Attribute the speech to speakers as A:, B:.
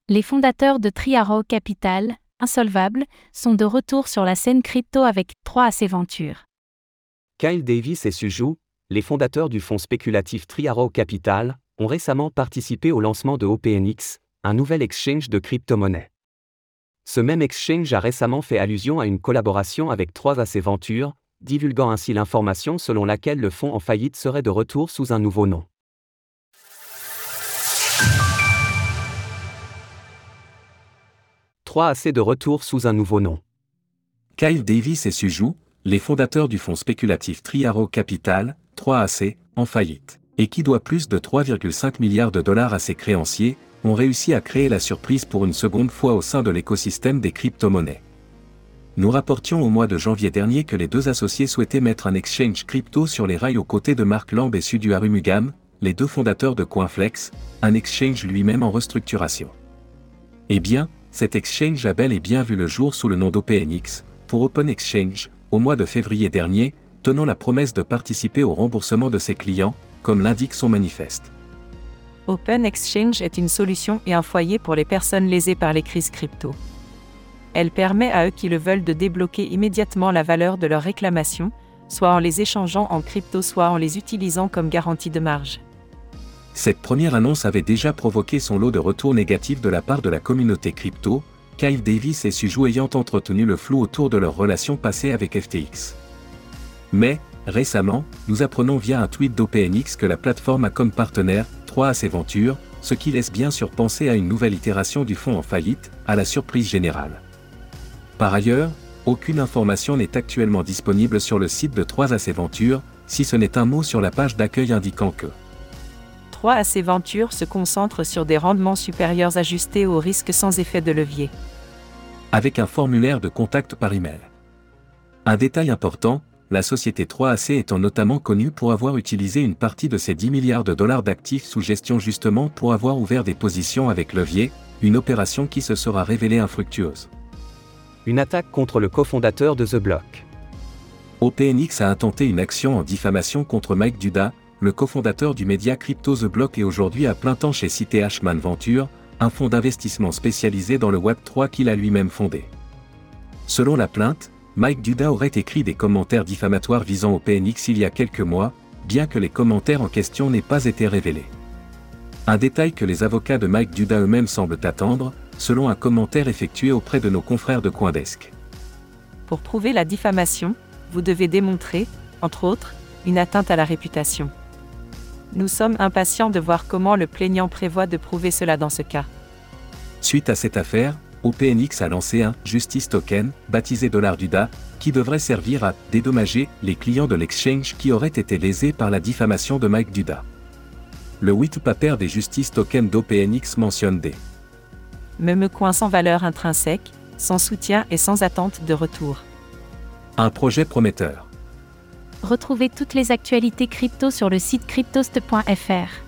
A: Les fondateurs de Three Arrows Capital, insolvables, sont de retour sur la scène crypto avec 3AC Ventures.
B: Kyle Davis et Su Zhu, les fondateurs du fonds spéculatif Three Arrows Capital, ont récemment participé au lancement de OPNX, un nouvel exchange de crypto-monnaies. Ce même exchange a récemment fait allusion à une collaboration avec 3AC Ventures, divulguant ainsi l'information selon laquelle le fonds en faillite serait de retour sous un nouveau nom. « 3AC de retour sous un nouveau nom.
C: Kyle Davis et Su Zhu, les fondateurs du fonds spéculatif Three Arrows Capital, 3AC, en faillite, et qui doit plus de 3,5 milliards de dollars à ses créanciers, ont réussi à créer la surprise pour une seconde fois au sein de l'écosystème des crypto-monnaies. Nous rapportions au mois de janvier dernier que les deux associés souhaitaient mettre un exchange crypto sur les rails aux côtés de Mark Lamb et Sudhu Arumugam, les deux fondateurs de Coinflex, un exchange lui-même en restructuration. Eh bien, cet exchange a bel et bien vu le jour sous le nom d'OPNX, pour Open Exchange, au mois de février dernier, tenant la promesse de participer au remboursement de ses clients, comme l'indique son manifeste.
D: Open Exchange est une solution et un foyer pour les personnes lésées par les crises crypto. Elle permet à eux qui le veulent de débloquer immédiatement la valeur de leurs réclamations, soit en les échangeant en crypto, soit en les utilisant comme garantie de marge.
C: Cette première annonce avait déjà provoqué son lot de retours négatifs de la part de la communauté crypto, Kyle Davis et Su Zhu ayant entretenu le flou autour de leur relation passée avec FTX. Mais, récemment, nous apprenons via un tweet d'OPNX que la plateforme a comme partenaire 3AC Ventures, ce qui laisse bien sûr penser à une nouvelle itération du fonds en faillite, à la surprise générale. Par ailleurs, aucune information n'est actuellement disponible sur le site de 3AC Ventures, si ce n'est un mot sur la page d'accueil indiquant que
D: 3AC Ventures se concentre sur des rendements supérieurs ajustés au risque sans effet de levier.
C: Avec un formulaire de contact par email. Un détail important, la société 3AC étant notamment connue pour avoir utilisé une partie de ses 10 milliards de dollars d'actifs sous gestion justement pour avoir ouvert des positions avec levier, une opération qui se sera révélée infructueuse.
B: Une attaque contre le cofondateur de The Block.
C: OPNX a intenté une action en diffamation contre Mike Duda, le cofondateur du média crypto The Block et aujourd'hui à plein temps chez Cité Ashman Ventures, un fonds d'investissement spécialisé dans le Web3 qu'il a lui-même fondé. Selon la plainte, Mike Duda aurait écrit des commentaires diffamatoires visant OPNX il y a quelques mois, bien que les commentaires en question n'aient pas été révélés. Un détail que les avocats de Mike Duda eux-mêmes semblent attendre, selon un commentaire effectué auprès de nos confrères de Coindesk.
D: Pour prouver la diffamation, vous devez démontrer, entre autres, une atteinte à la réputation. Nous sommes impatients de voir comment le plaignant prévoit de prouver cela dans ce cas.
C: Suite à cette affaire, OPNX a lancé un « Justice Token » baptisé $Duda, qui devrait servir à « dédommager » les clients de l'exchange qui auraient été lésés par la diffamation de Mike Duda. Le white paper des Justice Tokens d'OPNX mentionne des
D: coins sans valeur intrinsèque, sans soutien et sans attente de retour.
C: Un projet prometteur.
A: Retrouvez toutes les actualités crypto sur le site cryptost.fr.